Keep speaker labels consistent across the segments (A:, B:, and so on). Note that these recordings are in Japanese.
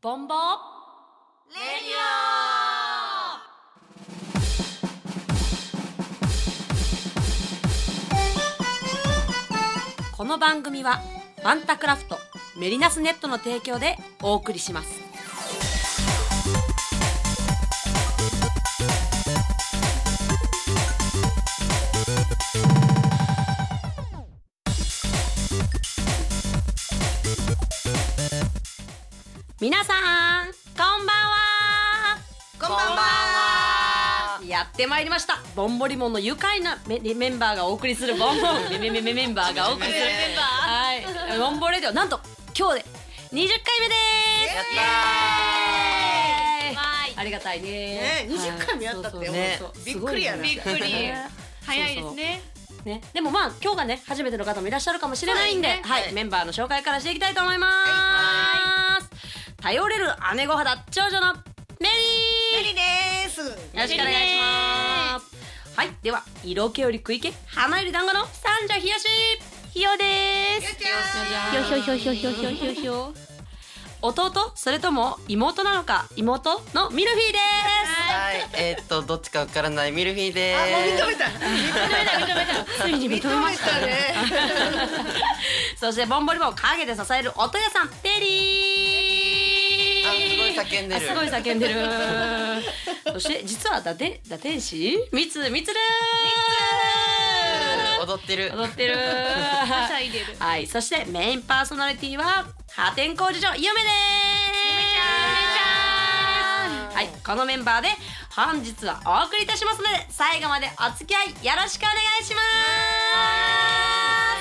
A: ボンボレディオ。この番組はファンタクラフトメリナスネットの提供でお送りします。皆さんこんばんは。
B: こんばんは。
A: やってまいりました。ボンボリモンの愉快なメンバーがお送りするボンボンメンバーがお送りするはい、ボンボレディオ、なんと今日で20回目です。
B: やった
A: ー。ありがたいね。
B: 20回もやったって
A: ね、
B: びっくりやな。
C: びっくり。早いですね。
A: ね、でもまあ今日がね初めての方もいらっしゃるかもしれないんで、はい、メンバーの紹介からしていきたいと思います。頼れる姉御肌長女のメリー
B: です。よ
A: ろしくお願いします。はい、では色気より食い気、花より団子の三女ひよしひよです。
B: ひ
A: ひょ弟それとも妹なのか、妹のミルフィーです。
D: はい、どっちかわからないミルフィーです。
B: もう認めた。
A: ついに認めました
B: ね。
A: そしてボンボリも陰で支える音屋さんペリー。
D: すごい叫んでる。
A: すごい叫んでる。そして実は打天使みつる
D: 踊ってる。
C: はしゃいでる。
A: はい、そしてメインパーソナリティは破天荒女女ゆめです。はい、このメンバーで本日はお送りいたしますので、最後までお付き合いよろしくお願いします。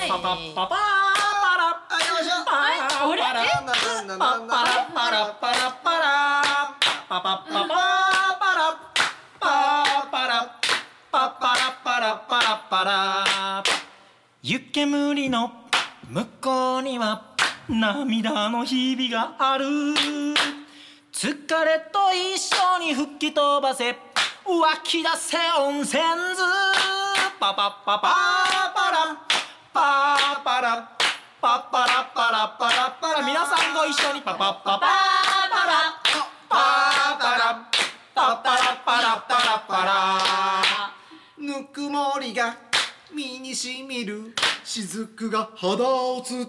E: パパパパーパラ
B: あ、よいしょ。
E: パラパラパラパラパラパラパパパパーパラパーパラパパラパラパラパラ。湯煙の向こうには涙の日々がある。疲れと一緒に吹き飛ばせ湧き出せ温泉図。パパパパーパラパーパラパパラパラパラパラ。皆さんご一緒にパパパパーパラパーパラパパラパラパラパラ。ぬくもりが身にしみる雫が肌を伝う。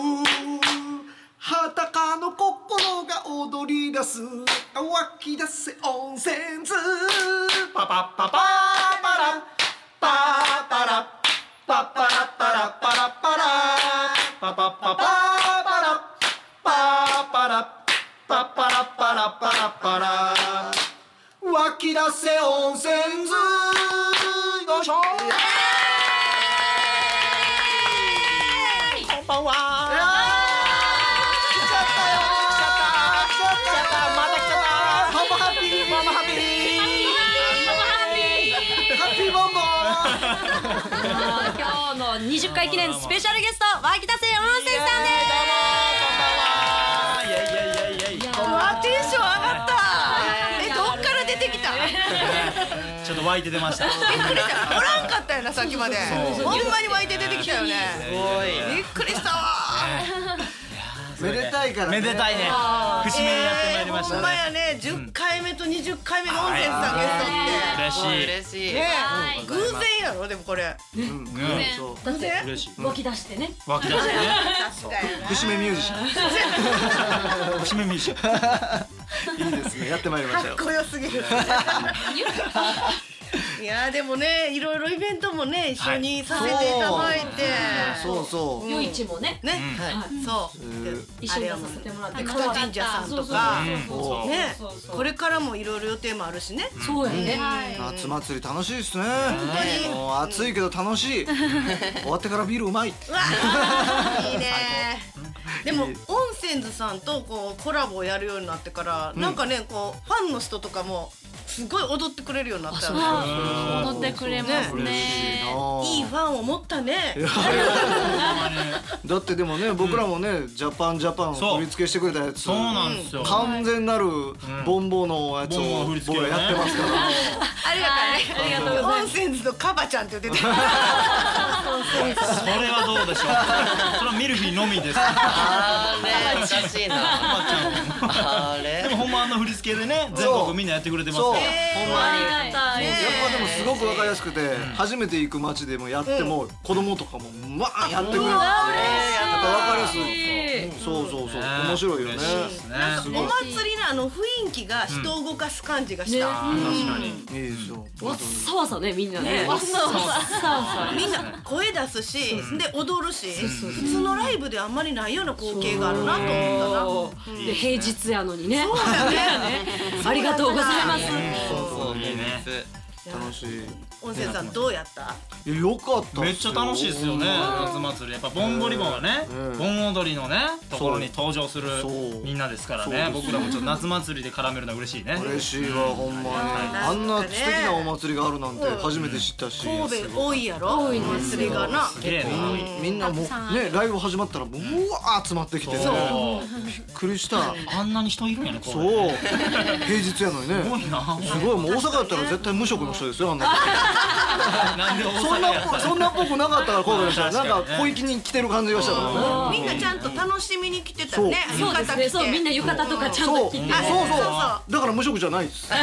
E: 裸の心が踊り出す湧き出せ温泉図。パパパパーパラパーパラパパラパラパラパラパパパパーパラパーパラパパラパラパラパラ。湧き出せ温泉図。よいしょ。こんばんは。
A: 今日の20回記念スペシャルゲスト湧き出せ温泉さんです。
B: うわ、テンション上がった。どっから出てきた。
E: ちょっと湧いて出ました。
B: びっくりした。おらんかったよな、さっきまで。ほんまに湧いて出てきたよね。
D: すごい。
B: びっくりしたわ。
E: めでたいからね。めでたいね。節目にやってまいりました
B: ほんま
E: ね。
B: やね、10回目と20回目の温泉さんゲストって。
D: 嬉しい。
B: ねえ、偶然やろ、でもこれ。
A: だって
E: 嬉しい。
A: 湧き出してね。
E: 湧き出してね。
F: 節目ミュージシャン
E: 節目ミュージシャン。
F: いいですね、やってまいりましたよ。
B: かっこよすぎる。いやでもね、いろいろイベントもね一緒にさせていただいて、
F: そうそう。
A: 夜市もね、
B: ね、そう
A: 一緒に出させてもらって、
B: 深神社さんとかね、
A: そう
B: これからもいろいろ予定もあるしね。
A: そうやね。
F: 夏祭り楽しいですね。
B: 当に
F: もう暑いけど楽しい。終わってからビールうまい。
B: うわー、いいね。でも温泉図さんとこうコラボをやるようになってから、なんかね、こうファンの人とかもすごい踊ってくれるようになったよね。
C: 踊ってくれます
F: 嬉しい
C: ね。
B: いいファンを持ったね。
F: だってでもね僕らもねジャパン振り付けしてくれたやつ
E: そうなんですよ。
F: 完全なるボンボのやつ
E: ボンボ
F: を
E: の振り付けをね
F: 僕らやってますから
B: ありがとうね。
A: ありがとうございます
B: 温泉図のカバちゃんって言ってた。
E: それはどうでしょう。それはミルフィーのみです。
D: あれおかしいな。あ
E: で
D: れ
E: もほんま振り付けでね全国みんなやってくれてますから。
F: そうほんまに
A: ありがたい。
F: やっぱでもすごくわかりやすくて初めて行く街でもやっても子供とかもわーやってくれるやっぱわかりやすいそう面白いよね
E: 嬉しいですね。
B: お祭りの雰囲気が人を動かす感じがした。
E: 確かに。
F: いいですよ
A: わっさわさねみんなね。
B: わっ
A: さわさ。
B: みんな声出すし、で踊るし、普通のライブであんまりないような光景があるなと思ったな。
A: で平日やのにね。
B: そうだね。
A: ありがとうございます。
D: そう
E: いいね。
F: 楽しい
B: 温泉さんどうやった？
F: よかった
E: めっちゃ楽しいですよね夏祭り。やっぱボンボリボンはね盆踊りのねところに登場するみんなですからね。僕らもちょっと夏祭りで絡めるのは嬉しいね。
F: 嬉しいわほんまにあんな素敵なお祭りがあるなんて初めて知ったし
B: 神戸多いやろ？お祭りがな。
E: すげえな。
F: みんなもうねライブ始まったらうわー集まってきてねびっくりした
E: あんなに人いるんやね。
F: そう平日やのにね
E: すごいな。
F: すごいもう大阪だったら絶対無職の人ですよあんな
E: なんで大阪やったの。
F: そんなっぽくなかったから神戸の人はなんか小粋に来てる感じがしたからね
B: みんなちゃんと楽しみに来てたね。
A: そうですね。そうみんな浴衣とかちゃんと着て。
F: そうだから無職じゃないです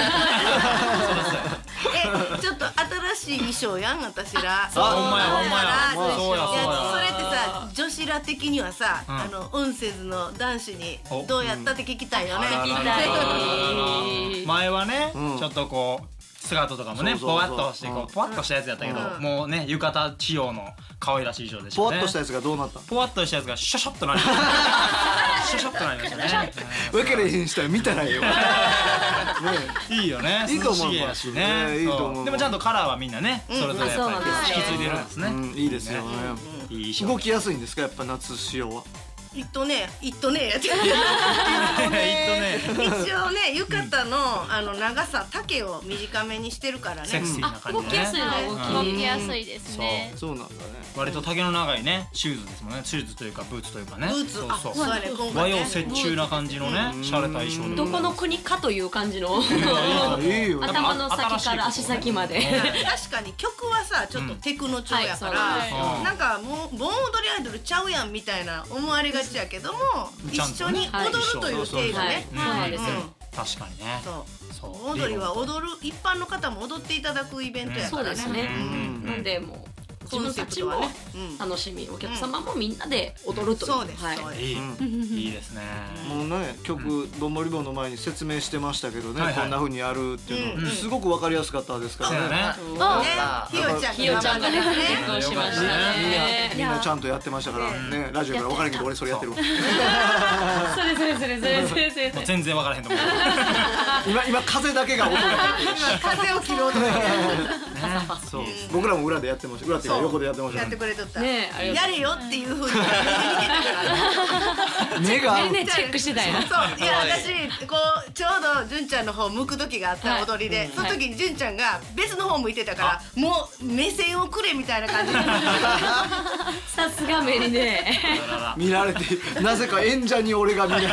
B: ちょっと新しい衣装やん私ら。
E: ほんまやほんまや。そうやそうや。
B: それってさ女子ら的にはさ温泉図の男子にどうやったって聞きたいよね。
A: 聞きたい。
E: 前はねちょっとこうスカートとかもね
F: そう
E: ポワッとしてこうポワッとしたやつやったけどもうね浴衣仕様の可愛らしい衣装でしたね。
F: ポワッとしたやつがどうなった
E: ポワッとしたやつがシャシャッとなりましたシャシャッとなりましたね。
F: 分けれへんしたら見たらよ
E: いいよね。
F: いいと思う
E: 涼しげやしね。
F: いいと思う
E: でもちゃんとカラーはみんなねそれぞれやっぱり引き継いでるんですね。
F: いいですよね
E: いい衣装。
F: 動きやすいんですかやっぱ夏仕様は
B: いっとねやって一応ね浴衣の長さ丈を短めにしてるからね。
E: セクシーな感じで
A: 動きやすい
E: ね。
A: のは
C: 動きやすいですね。
F: そうなんだね
E: 割と丈の長いねシューズですもんね。シューズというかブーツというかね。
B: ブーツ
E: そう
B: そうやね今
E: 和洋
B: 回ね。
E: 折衷な感じのね洒落た衣装で。
A: どこの国かという感じの
F: いいよ
A: 頭の先から足先まで。
B: 確かに曲はさちょっとテクノ調やから
A: は
B: なんかもう盆踊りアイドルちゃうやんみたいな思われがちやけども一緒に踊るという程度ね。
A: そうなんですよ。
E: 確かにね。
B: そう盆踊りは踊る一般の方も踊っていただくイベントやからね。
A: そうですね。なんでもう自分たちも楽しみ、お客様もみんなで踊るという。
B: そうです。
E: いいですね。
F: もうね曲ボンボリボンの前に説明してましたけどね
E: はいはい
F: こんな風にやるっていうのすごく分かりやすかったですか
E: そうや
F: らね
E: ね。
B: ひよちゃんが
A: 結婚しましたね。
F: みんなちゃんとやってましたからねラジオから分からんけど俺それやってるわ
A: それ
E: もう全然分からへんと思う。
F: 今風だけが音が
B: 風を切ろうとして
F: そう僕らも裏でやってました裏っていうか横でやってました
B: やってくれとった。
A: ね
B: やれよっていう風に見てたからね。
F: 目が合う
A: ねチェックしてたよ。
B: そういや私こうちょうど純ちゃんの方向く時があった踊りで、その時に純ちゃんが別の方向いてたからもう目線をくれみたいな感じで
A: さすがメリね。
F: 見られてなぜか演者に俺が見られて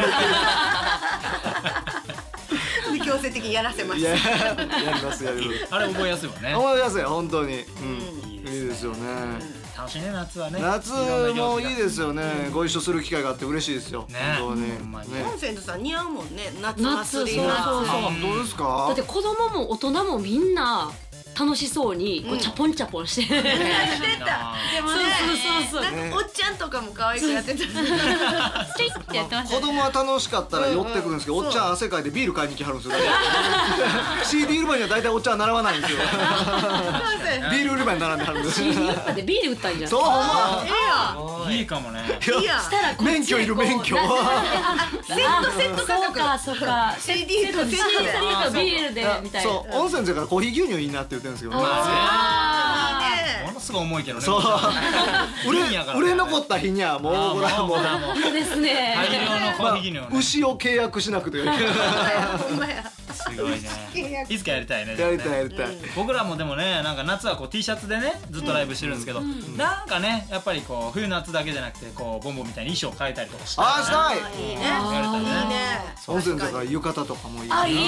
B: 強制的にやらせま
F: るい
B: した。
F: ややります
E: あれ覚えやすいわね。
F: 思い出せよ本当にいいですよね
E: 楽しいね夏はね。
F: 夏もいいですよねご一緒する機会があって嬉しいですよ
E: ね
F: 本当に
E: ほんまに
F: ね
B: コンセントさん似合うもんね夏
A: 夏
B: 祭り
A: そうそうそう
F: あどうです
A: だ
F: か
A: って子供も大人もみんな楽しそうにこうチャポンチャポンして。
B: してた。でもね
A: そう
B: なんかおっちゃんとかも可愛くやってた。
C: スイッてやってました
F: 子供は楽しかったら寄ってくるんですけどおっちゃん汗かいてビール買いに来はるんですよ CD 売り場には大体おっちゃんは並ばないんですよビール売り場に並んではるんです
A: やっぱでビール売ったんじゃん。
F: そうほんま
E: いいかもね。
B: いいやん。
A: したらこっち
F: 免許いる免許
B: セット価
A: そう
B: 格。
A: かそうか。
B: CD とセットで。
A: とビールでみたいな。
F: そう温泉じゃからコーヒー牛乳いいなって言ってるんですけどね
B: あ
E: もののすごい重いけどね。
F: そう売れ残
E: っ
F: った日にはもうこれはもう
A: そうですね。
E: 大量のコーヒーのね。
F: 牛を契約しなくてはいけない。
B: ほんまや。
E: すごいね。いつかやりたいね。
F: やりたいやりたい。
E: 僕らもでもね、なんか夏はこう T シャツでねずっとライブしてるんですけど、なんかねやっぱりこう冬夏だけじゃなくてこうボンボンみたいに衣装変えたりとかして。
F: あ、したい。
B: いいね。
E: やりたいね。
F: 温泉とか浴衣とかもいい。
A: あ、いい。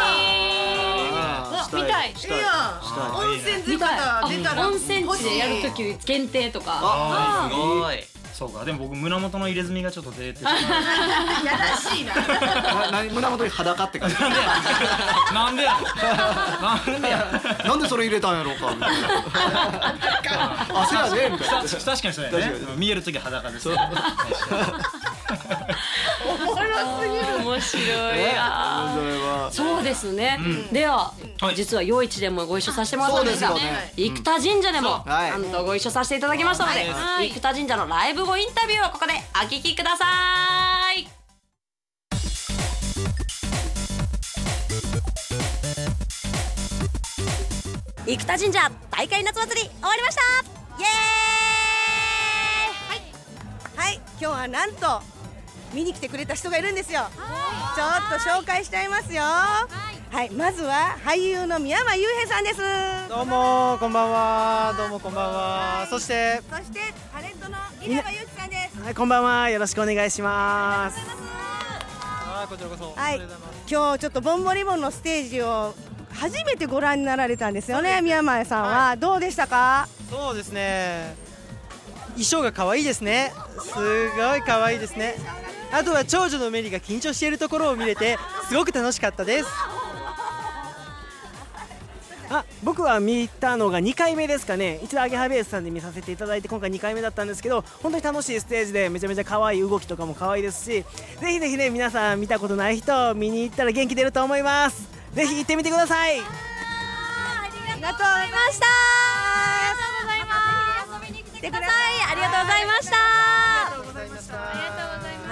F: したい。
C: 見たい
F: したい。
B: いや温泉浴衣出たら
A: 温泉地でやるとき限定とか。
D: あーすごい。
E: そうか、でも僕胸元の入れ墨がちょっと出てしまう。
B: やらしいな。
F: 胸元に裸って感じ。
E: なんでやなんでや
F: なんでそれ入れたんやろうかみたいな。あ、せやねみたいな。
E: 確かにそうやね。見えるとき裸です。
A: 面白い。そうですね。では実は夜市でもご一緒させてもらったんですが、生田神社でもなんとご一緒させていただきましたので、生田神社のライブ後インタビューをここでお聞きください。生田神社大会夏祭り終わりました。イエーイ。
B: はい、今日はなんと見に来てくれた人がいるんですよ。ちょっと紹介しちゃいますよ。はい、まずは俳優の宮間悠平さんです。
G: どうもこんばんは。どうもこんばんは。そして
B: タレントの稲葉祐希さんです。
G: はい、こんばんは。よろしくお願いします。こちらこそ。
B: はい、今日ちょっとボンボリボンのステージを初めてご覧になられたんですよね。宮前さんはどうでしたか？
G: そうですね、衣装が可愛いですね。すごい可愛いですね。あとは長女のメリが緊張しているところを見れてすごく楽しかったです。僕は見たのが2回目ですかね。一度アゲハベースさんで見させていただいて今回2回目だったんですけど、本当に楽しいステージでめちゃめちゃ可愛い動きとかも可愛いですし、ぜひぜひね皆さん見たことない人見に行ったら元気出ると思います。ぜひ行ってみてください。
B: ありがとうございました。
C: ありがとうございます。遊びに来てください。
A: ありがとうございました。
G: ありがとうございました。
C: ありがとうございます。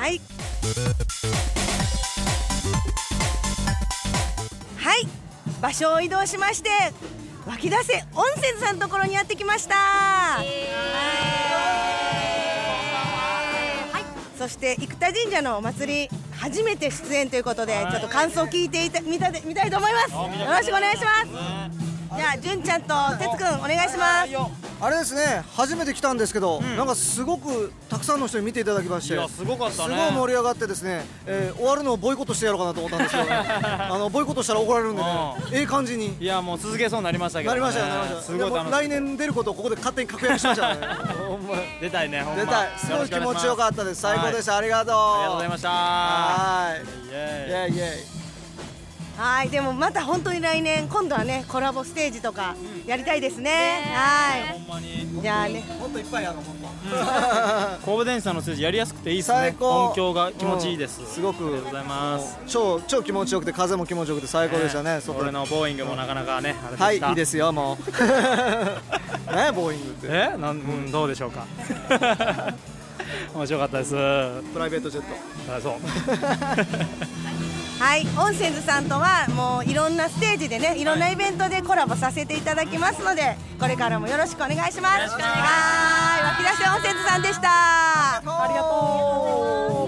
B: はい、場所を移動しまして湧き出せ温泉さんのところにやってきました。そして生田神社のお祭り初めて出演ということで、ちょっと感想を聞いてみたいと思います。よろしくお願いします。じゃあ純ちゃんと哲くんお願いします。
F: あれですね、初めて来たんですけど、なんかすごくたくさんの人に見ていただきまして、
G: すごかったね。
F: すごい盛り上がってですね、終わるのをボイコットしてやろうかなと思ったんですけどね。ボイコットしたら怒られるんでね、感じに
G: いやもう続けそうになりましたけどね。
F: なりましたよ。
G: すごい楽しい。
F: 来年出ることをここで勝手に確約しましたね。
G: 出たいね。ほんま
F: 出たい。すごい気持ちよかったです。最高でした。ありがとう。
G: ありがとうございました。
F: はい。
G: イエ
F: イエイイエイ。
B: はい、でもまた本当に来年今度はねコラボステージとかやりたいですね。はい。
G: ほんまに。
B: じゃあね、
F: もっといっぱいやろう。
G: 神戸電子さんのステージやりやすくていいですね。
F: 最高。
G: 音響が気持ちいいです。
F: すごく。
G: ありがとうございます。
F: 超気持ちよくて風も気持ちよくて最高でしたね。
G: 俺のボーイングもなかなかねあれでした。
F: はい、いいですよもう。ね、ボーイングって。
G: どうでしょうか。面白かったです。
F: プライベートジェット。
G: そう。
B: はい、温泉図さんとはもういろんなステージでね、いろんなイベントでコラボさせていただきますので、これからもよろしくお願いします。よろしくお願いします。湧き出せ温泉図さんでした。ありがと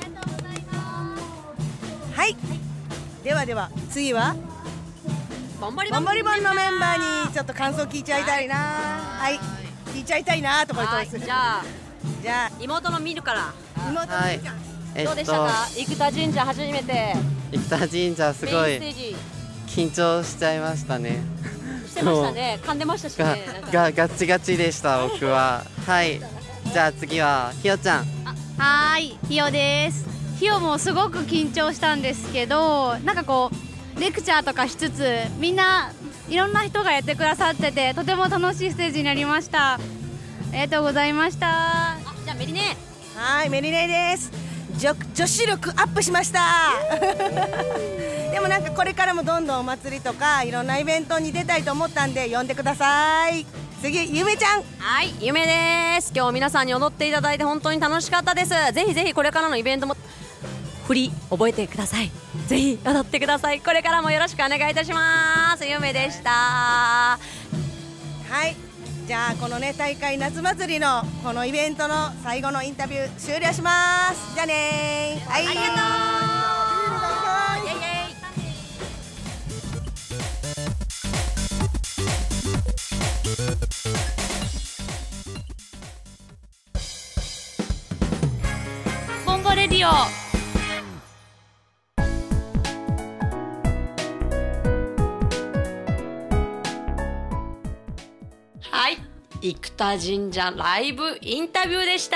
B: う。はい、では次は
A: ボンボリ
B: ボンボリボンのメンバーにちょっと感想聞いちゃいたいな。はい、聞いちゃいたいなとか言ってます。
A: じゃ
B: あ
A: 妹の見るから
B: 妹の
D: はい
B: ちゃん、
A: どうでしたか？生田神社初めて
D: 生田神社すごい
A: メインステージ
D: 緊張しちゃいましたね。
A: してましたね。噛んでましたしね。
D: ガチガチでした僕は。はい。じゃあ次はひよちゃん。
C: はーい、ひよです。ひよもすごく緊張したんですけど、なんかこうレクチャーとかしつつみんないろんな人がやってくださっててとても楽しいステージになりました。ありがとうございました。
A: じゃあメリネ。
B: はい、メリネです。女子力アップしました。でもなんかこれからもどんどんお祭りとかいろんなイベントに出たいと思ったんで呼んでください。次、ゆめちゃん。
A: はい、ゆめです。今日皆さんに踊っていただいて本当に楽しかったです。ぜひぜひこれからのイベントも振り覚えてください。ぜひ踊ってください。これからもよろしくお願いいたします。ゆめでした。
B: はい、 じゃあこのね大会夏祭りのこのイベントの最後のインタビュー終了します。じゃあねー。はい、ありがとう。
A: ボンボレディオ。はい、生田神社ライブインタビューでした。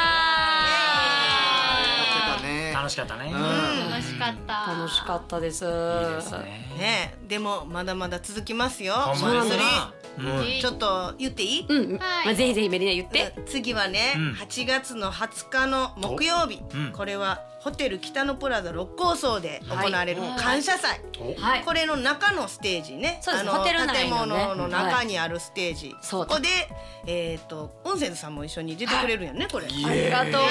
E: 楽しかったね。
C: 楽しかった。
A: 楽しかったです。
B: ね、でもまだまだ続きますよ。
E: ほんまに
B: ちょっと言っていい？
A: まあぜひぜひメリナ言って。
B: 次はね、8月の20日の木曜日、これはホテル北のプラザ六甲荘で行われる感謝祭。これの中のステージね。ホテル内のね、建物の中にあるステージ。そこで温泉さんも一緒に出てくれるんやねこれ。あり
A: がとうございます。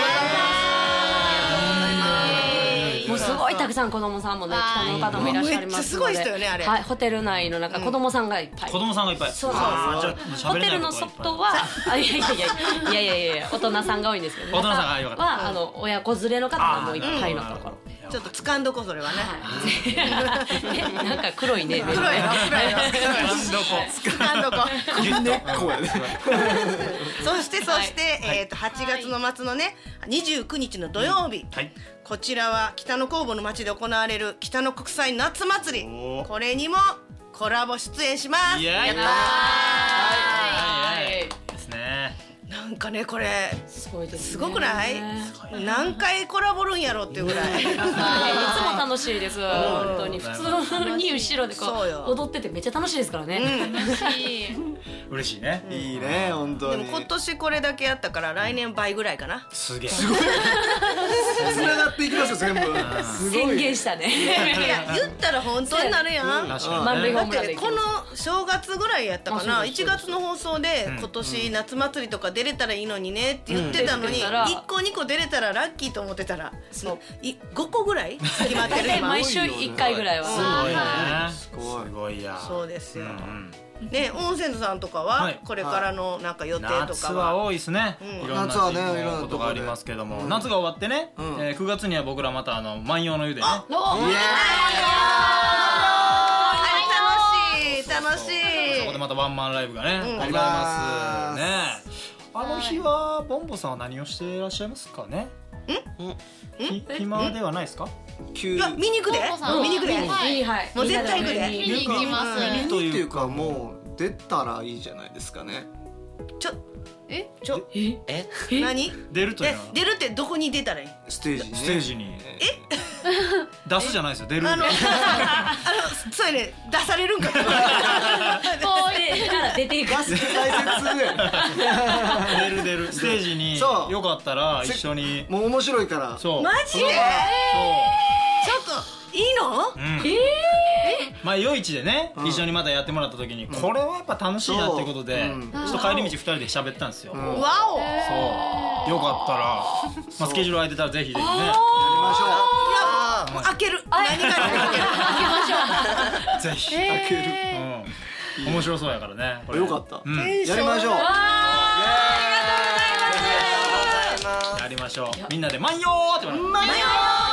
A: もうすごいたくさん子供さんもね、北の方もいらっしゃいますので。めっちゃすごい人よねあれ。はい、ホテル内の中子供さんがいっぱい。
E: 子供さんがいっぱい。
A: そうそうそう。ホテルの外はいや大人さんが多いんですけど。
E: 大人さんがよかった。
A: は親子連れの方がもういっぱいのところ。
B: ちょっと掴んどこそれはね。
A: なんか黒いね。
B: 黒いの。掴んどこ。
F: 根っこやね。
B: そして8月の末のね29日の土曜日。こちらは北野工房の町で行われる北野国際夏祭り。これにもコラボ出演します。やったー。ですね。なんかねこれすごくない？何回コラボるんやろっていうぐらい。いつも
A: 楽しいです。本当に普通に後ろでこう踊っててめっちゃ楽しいですからね。
E: 嬉しいね。
F: いいね本当に。
B: でも今年これだけやったから来年倍ぐらいかな。
E: すげえ。
F: すごい。繋がっていきますよ全部。
A: 宣言したね。
B: いや言ったら本当になるやん。だってこの正月ぐらいやったかな。1月の放送で今年夏祭りとか出れたらいいのにねって言ってたのに、1個2個出れたらラッキーと思ってたら5個ぐらい決まってる今。
A: 毎週1回ぐらいは。
E: すごいや。
B: そうですよ。ね、温泉さんとかはこれからのなんか予定とかは。
E: 夏は多いですね。いろんなことがありますけども、夏が終わってね、9月には僕らまた万葉の湯でね。
B: 楽しい。
E: そこでまたワンマンライブがねございますね。あの日はボンボさんは何をしていらっしゃいますかね。暇ではないですか。
B: いや見に行くで。見に行くで。もう絶対行くで。
C: 見に行きます。
F: 見にというかもう出たらいいじゃないですかね。
B: 何？
E: 出るというのは。
B: 出るってどこに出たらいい？
F: ステージに。
E: 出すじゃないですよ。出る。
B: そうやね。出されるんか。こう
A: 出ていく。
F: 大切。
E: 出るステージによかったら一緒に。
F: もう面白いから。
E: そう。
B: マジで？ちょっといいの？
E: 前夜市でね一緒にまたやってもらった時にこれはやっぱ楽しいなってことでちょっと帰り道2人で喋ったんですよ。
B: わお。
E: そうよかったらスケジュール空いてたらぜひぜひねやり
F: ましょ
B: う。開ける。何か開けましょ
E: う。ぜひ開ける。面白そうやからね。
F: よかった。やりましょう。
E: やりましょう。みんなで万葉って言われる。
B: 万葉。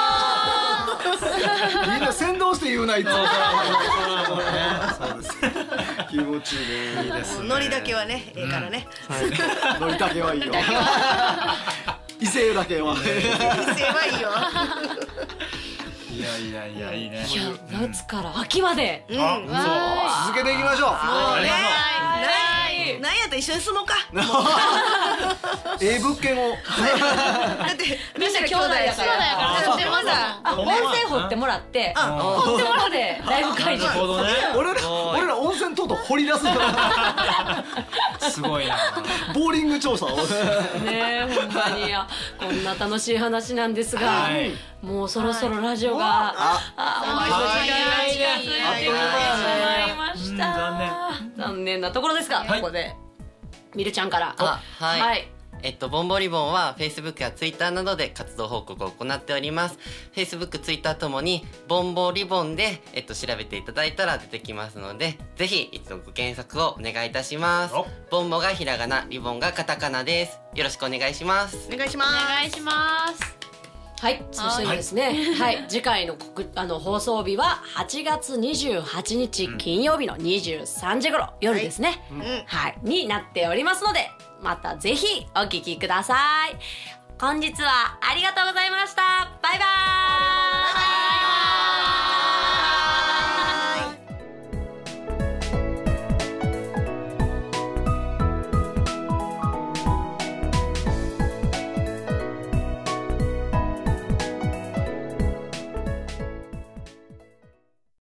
F: みんな先導して言うないと。
E: そうです。
F: 気持ちいいね。
E: いいですね。
B: ノリだけはね、ええからね。
F: ノリだけはいいよ。異性だけは。異性
B: はいいよ。
E: いやいいね。
A: 夏から秋まで。
F: 続けていきましょう。
B: なんやったら一緒に住もうか。
F: 物件を。
B: だってみんな兄弟やから。
A: でもさ温泉掘ってもらって掘ってもらってライブ会場。
F: 俺ら温泉とうとう掘り出すんだ。
E: すごいな。
F: ボーリング調査を。
A: ねほんまにこんな楽しい話なんですが、もうそろそろラジオが終わりの時間が近づいてきてしまいました。残念なところですが、ここでみるちゃんから。
D: はい。 ボンボリボンは Facebook や Twitter などで活動報告を行っております。 Facebook、Twitter ともにボンボリボンで、調べていただいたら出てきますので、ぜひ一度ご検索をお願いいたします。ボンボがひらがな、リボンがカタカナです。よろしくお願いします。
B: お願いします。
C: お願いします。
A: はい、そしてですね、はい、次回の放送日は8月28日金曜日の23時頃、夜ですね、はい、になっておりますので、またぜひお聞きください。本日はありがとうございました。バイバーイ。